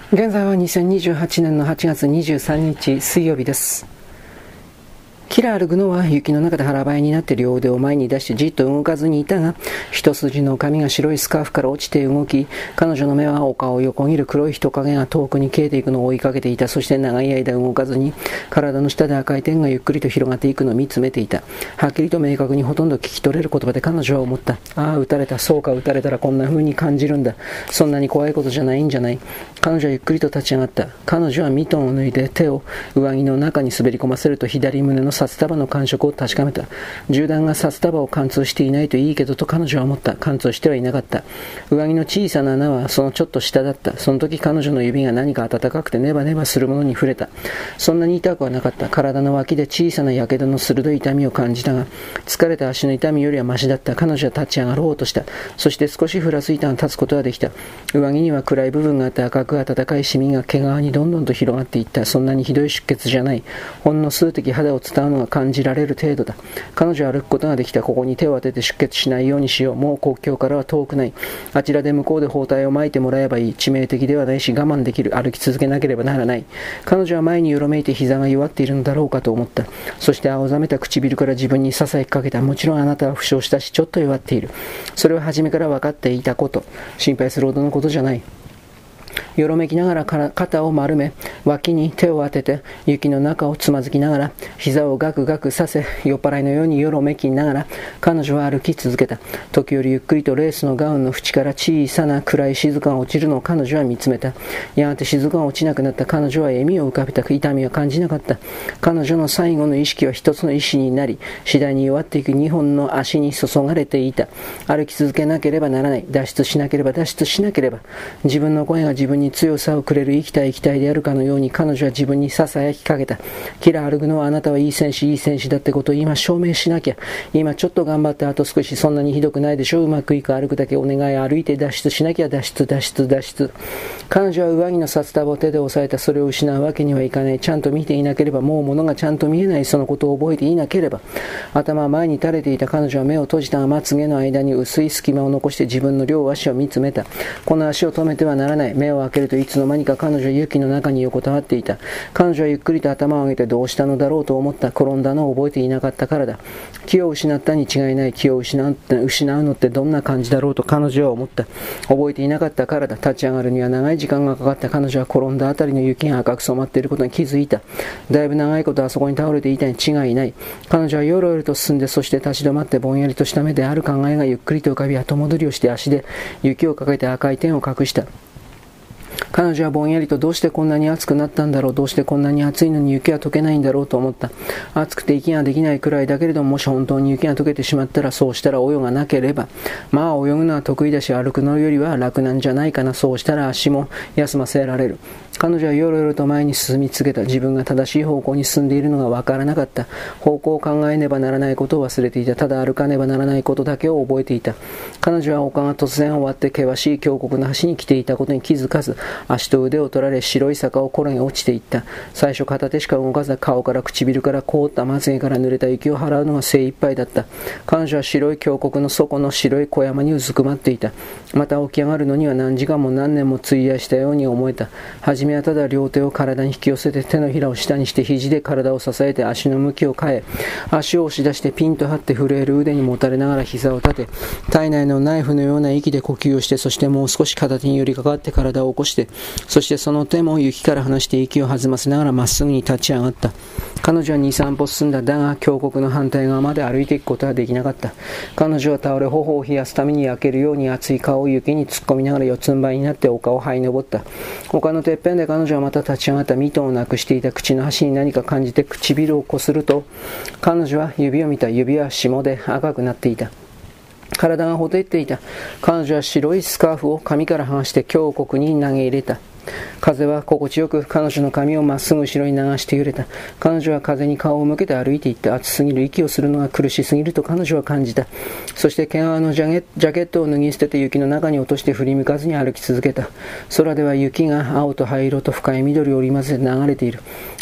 現在は2028年の8月23日水曜日です。キラ・アルグノは雪の中で腹ばいになって両腕を前に出してじっと動かずにいたが、一筋の髪が白いスカーフから落ちて動き、彼女の目は丘を横切る黒い人影が遠くに消えていくのを追いかけていた。そして長い間動かずに体の下で赤い点がゆっくりと広がっていくのを見つめていた。はっきりと明確にほとんど聞き取れる言葉で彼女は思った。ああ、撃たれた。そうか、撃たれたらこんな風に感じるんだ。そんなに怖いことじゃないんじゃない。彼女はゆっくりと立ち上がった。彼女はミトンを脱いで手を上着の中に滑り込ませると左胸の札束の感触を確かめた。銃弾が札束を貫通していないといいけどと彼女は思った。貫通してはいなかった。上着の小さな穴はそのちょっと下だった。その時彼女の指が何か温かくてネバネバするものに触れた。そんなに痛くはなかった。体の脇で小さな火傷の鋭い痛みを感じたが、疲れた足の痛みよりはマシだった。彼女は立ち上がろうとした。そして少しふらついたが立つことができた。上着には暗い部分があって赤く温かいシミが毛皮にどんどんと広がっていった。そんなにひどい出血じゃない。ほんの数滴肌を伝うのが感じられる程度だ。彼女は歩くことができた。ここに手を当てて出血しないようにしよう。もう国境からは遠くない。あちらで向こうで包帯を巻いてもらえばいい。致命的ではないし我慢できる。歩き続けなければならない。彼女は前によろめいて膝が弱っているのだろうかと思った。そして青ざめた唇から自分にささやきかけた。もちろんあなたは負傷したしちょっと弱っている。それは初めから分かっていたこと。心配するほどのことじゃない。よろめきながら肩を丸め、脇に手を当てて雪の中をつまずきながら膝をガクガクさせ、酔っ払いのようによろめきながら彼女は歩き続けた。時折ゆっくりとレースのガウンの縁から小さな暗い静かが落ちるのを彼女は見つめた。やがて静かが落ちなくなった。彼女は笑みを浮かべた。痛みは感じなかった。彼女の最後の意識は一つの意志になり、次第に弱っていく二本の足に注がれていた。歩き続けなければならない。脱出しなければ。自分の声が自分に強さをくれる生きたいであるかのように彼女は自分にささやきかけた。キラ・アルグノはあなたはいい選手だってことを今証明しなきゃ。今ちょっと頑張ってあと少し。そんなにひどくないでしょう。うまくいく。歩くだけお願い。歩いて脱出しなきゃ。脱出。彼女は上着の札束を手で押さえた。それを失うわけにはいかない。ちゃんと見ていなければ、もう物がちゃんと見えない。そのことを覚えていなければ。頭は前に垂れていた。彼女は目を閉じたがまつげの間に薄い隙間を残して自分の両足を見つめた。この足を止めてはならない。目を開けるといつの間にか彼女は雪の中に横たわっていた。彼女はゆっくりと頭を上げてどうしたのだろうと思った。転んだのを覚えていなかったからだ。気を失ったに違いない。気を失うのってどんな感じだろうと彼女は思った。覚えていなかったからだ。立ち上がるには長い時間がかかった。彼女は転んだあたりの雪が赤く染まっていることに気づいた。だいぶ長いことあそこに倒れていたに違いない。彼女はよろよろと進んで、そして立ち止まってぼんやりとした目である考えがゆっくりと浮かび後戻りをして足で雪をかけて赤い点を隠した。彼女はぼんやりとどうしてこんなに暑くなったんだろう。どうしてこんなに暑いのに雪は溶けないんだろうと思った。暑くて息ができないくらいだけれども、もし本当に雪が溶けてしまったら、そうしたら泳がなければ。まあ泳ぐのは得意だし歩くのよりは楽なんじゃないかな。そうしたら足も休ませられる。彼女はよろよろと前に進み続けた。自分が正しい方向に進んでいるのがわからなかった。方向を考えねばならないことを忘れていた。ただ歩かねばならないことだけを覚えていた。彼女は丘が突然終わって険しい峡谷の橋に来ていたことに気づかず、足と腕を取られ白い坂を転げ落ちていった。最初片手しか動かず、顔から唇から凍ったまつげから濡れた雪を払うのが精一杯だった。彼女は白い峡谷の底の白い小山にうずくまっていた。また起き上がるのには何時間も何年も費やしたように思えた。はじめはただ両手を体に引き寄せて手のひらを下にして肘で体を支えて足の向きを変え、足を押し出してピンと張って震える腕にもたれながら膝を立て、体内のナイフのような息で呼吸をして、そしてもう少し片手に寄りかかって体を起こして、そしてその手も雪から離して息を弾ませながらまっすぐに立ち上がった。彼女は 2,3 歩進んだ。だが峡谷の反対側まで歩いていくことはできなかった。彼女は倒れ頬を冷やすために焼けるように熱い顔を雪に突っ込みながら四つん這いになって丘を這い登った。丘のてっぺんで彼女はまた立ち上がった。ミトンをなくしていた口の端に何か感じて唇をこすると、彼女は指を見た。指は霜で赤くなっていた。体がほてっていた。彼女は白いスカーフを髪から剥がして峡谷に投げ入れた。風は心地よく彼女の髪をまっすぐ後ろに流して揺れた。彼女は風に顔を向けて歩いていった。暑すぎる。息をするのが苦しすぎると彼女は感じた。そして毛皮のジャケットを脱ぎ捨てて雪の中に落として振り向かずに歩き続けた。空では雪が青と灰色と深い緑を織り交ぜて流れている。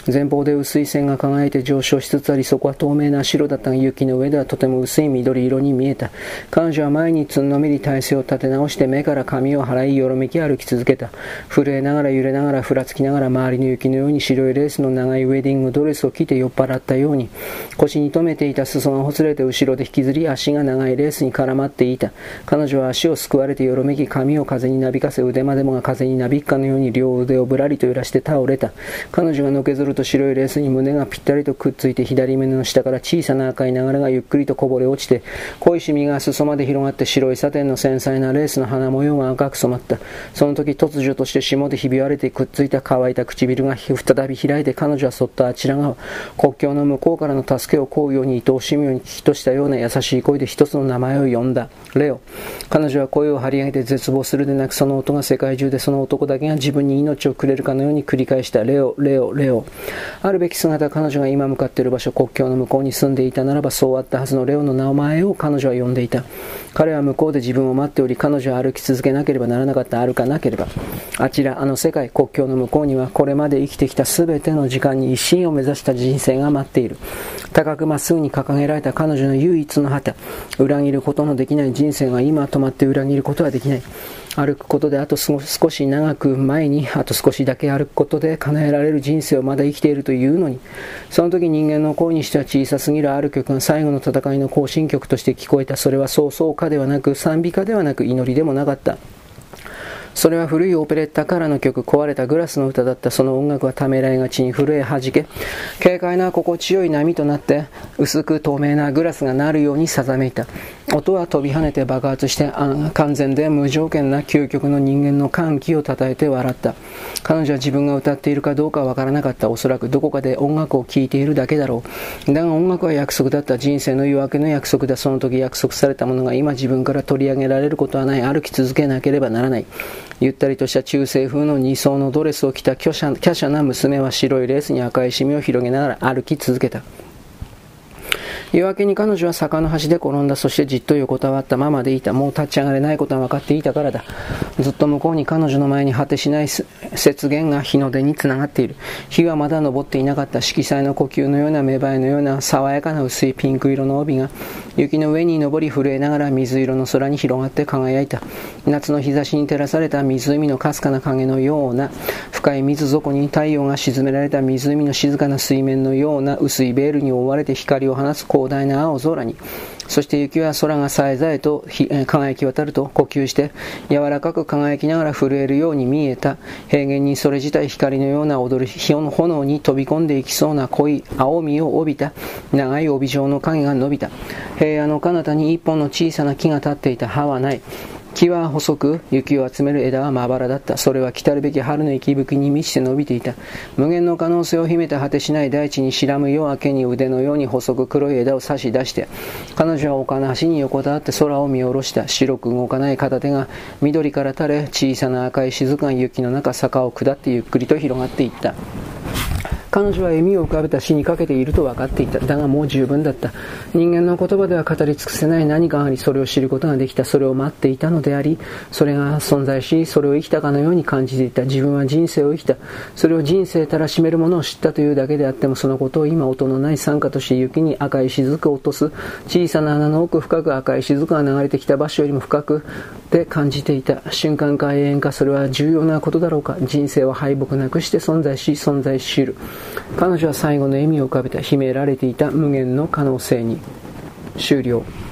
前方で薄い線が輝いて上昇しつつあり、そこは透明な白だったが、雪の上ではとても薄い緑色に見えた。彼女は前につんのめり体勢を立て直して、目から髪を払い、よろめき歩き続けた。震えながら揺れながらふらつきながら、周りの雪のように白いレースの長いウェディングドレスを着て酔っ払ったように、腰に留めていた裾がほつれて後ろで引きずり、足が長いレースに絡まっていた。彼女は足をすくわれてよろめき、髪を風になびかせ、腕までもが風になびくかのように両腕をぶらりと揺らして倒れた。彼女がのけぞると白いレースに胸がぴったりとくっついて、左胸の下から小さな赤い流れがゆっくりとこぼれ落ちて、濃いシミが裾まで広がって、白いサテンの繊細なレースの花模様が赤く染まった。その時突如として霜でひび割れてくっついた乾いた唇が再び開いて、彼女はそっとあちら側、国境の向こうからの助けを請うように愛おしむように聞きとしたような優しい声で一つの名前を呼んだ。レオ。彼女は声を張り上げて絶望するでなく、その音が世界中でその男だけが自分に命をくれるかのように繰り返した。レオ、レオ、レオ。あるべき姿、彼女が今向かっている場所、国境の向こうに住んでいたならば、そうあったはずのレオの名前を彼女は呼んでいた。彼は向こうで自分を待っており、彼女は歩き続けなければならなかった。歩かなければ。あちら、あの世界、国境の向こうには、これまで生きてきたすべての時間に一心を目指した人生が待っている。高くまっすぐに掲げられた彼女の唯一の旗。裏切ることのできない人生が今止まって裏切ることはできない。歩くことであと少し長く前に、あと少しだけ歩くことで叶えられる人生をまだ生きているというのに、その時人間の声にしては小さすぎるある曲が最後の戦いの行進曲として聞こえた。それはそうそう歌ではなく、賛美歌ではなく、祈りでもなかった。それは古いオペレッタからの曲、壊れたグラスの歌だった。その音楽はためらいがちに震え弾け、軽快な心地よい波となって、薄く透明なグラスが鳴るようにさざめいた。音は飛び跳ねて爆発して、完全で無条件な究極の人間の歓喜をたたえて笑った。彼女は自分が歌っているかどうかわからなかった。おそらくどこかで音楽を聴いているだけだろう。だが音楽は約束だった。人生の夜明けの約束だ。その時約束されたものが今自分から取り上げられることはない。歩き続けなければならない。ゆったりとした中世風の二層のドレスを着た華奢な娘は白いレースに赤いシミを広げながら歩き続けた。夜明けに彼女は坂の端で転んだ。そしてじっと横たわったままでいた。もう立ち上がれないことは分かっていたからだ。ずっと向こうに彼女の前に果てしない雪原が日の出につながっている。日はまだ昇っていなかった。色彩の呼吸のような芽生えのような爽やかな薄いピンク色の帯が雪の上に昇り震えながら水色の空に広がって輝いた。夏の日差しに照らされた湖のかすかな影のような、深い水底に太陽が沈められた湖の静かな水面のような薄いベールに覆われて光を放つ広大な青空に、そして雪は空がさえざえと輝き渡ると呼吸して柔らかく輝きながら震えるように見えた。平原にそれ自体光のような踊る炎に飛び込んでいきそうな濃い青みを帯びた長い帯状の影が伸びた。平野の彼方に一本の小さな木が立っていた。葉はない。木は細く、雪を集める枝はまばらだった。それは来たるべき春の息吹に満ちて伸びていた。無限の可能性を秘めた果てしない大地に白む夜明けに腕のように細く黒い枝を差し出して、彼女は丘の端に横たわって空を見下ろした。白く動かない片手が緑から垂れ、小さな赤い雫が雪の中坂を下ってゆっくりと広がっていった。彼女は笑みを浮かべた。死にかけていると分かっていた。だがもう十分だった。人間の言葉では語り尽くせない何かがあり、それを知ることができた。それを待っていたのであり、それが存在し、それを生きたかのように感じていた。自分は人生を生きた。それを人生たらしめるものを知ったというだけであっても、そのことを今音のない惨禍として雪に赤い雫を落とす小さな穴の奥深く赤い雫が流れてきた場所よりも深くで感じていた。瞬間か永遠か、それは重要なことだろうか。人生は敗北なくして存在し、存在し得る。彼女は最後の笑みを浮かべた。秘められていた無限の可能性に。終了。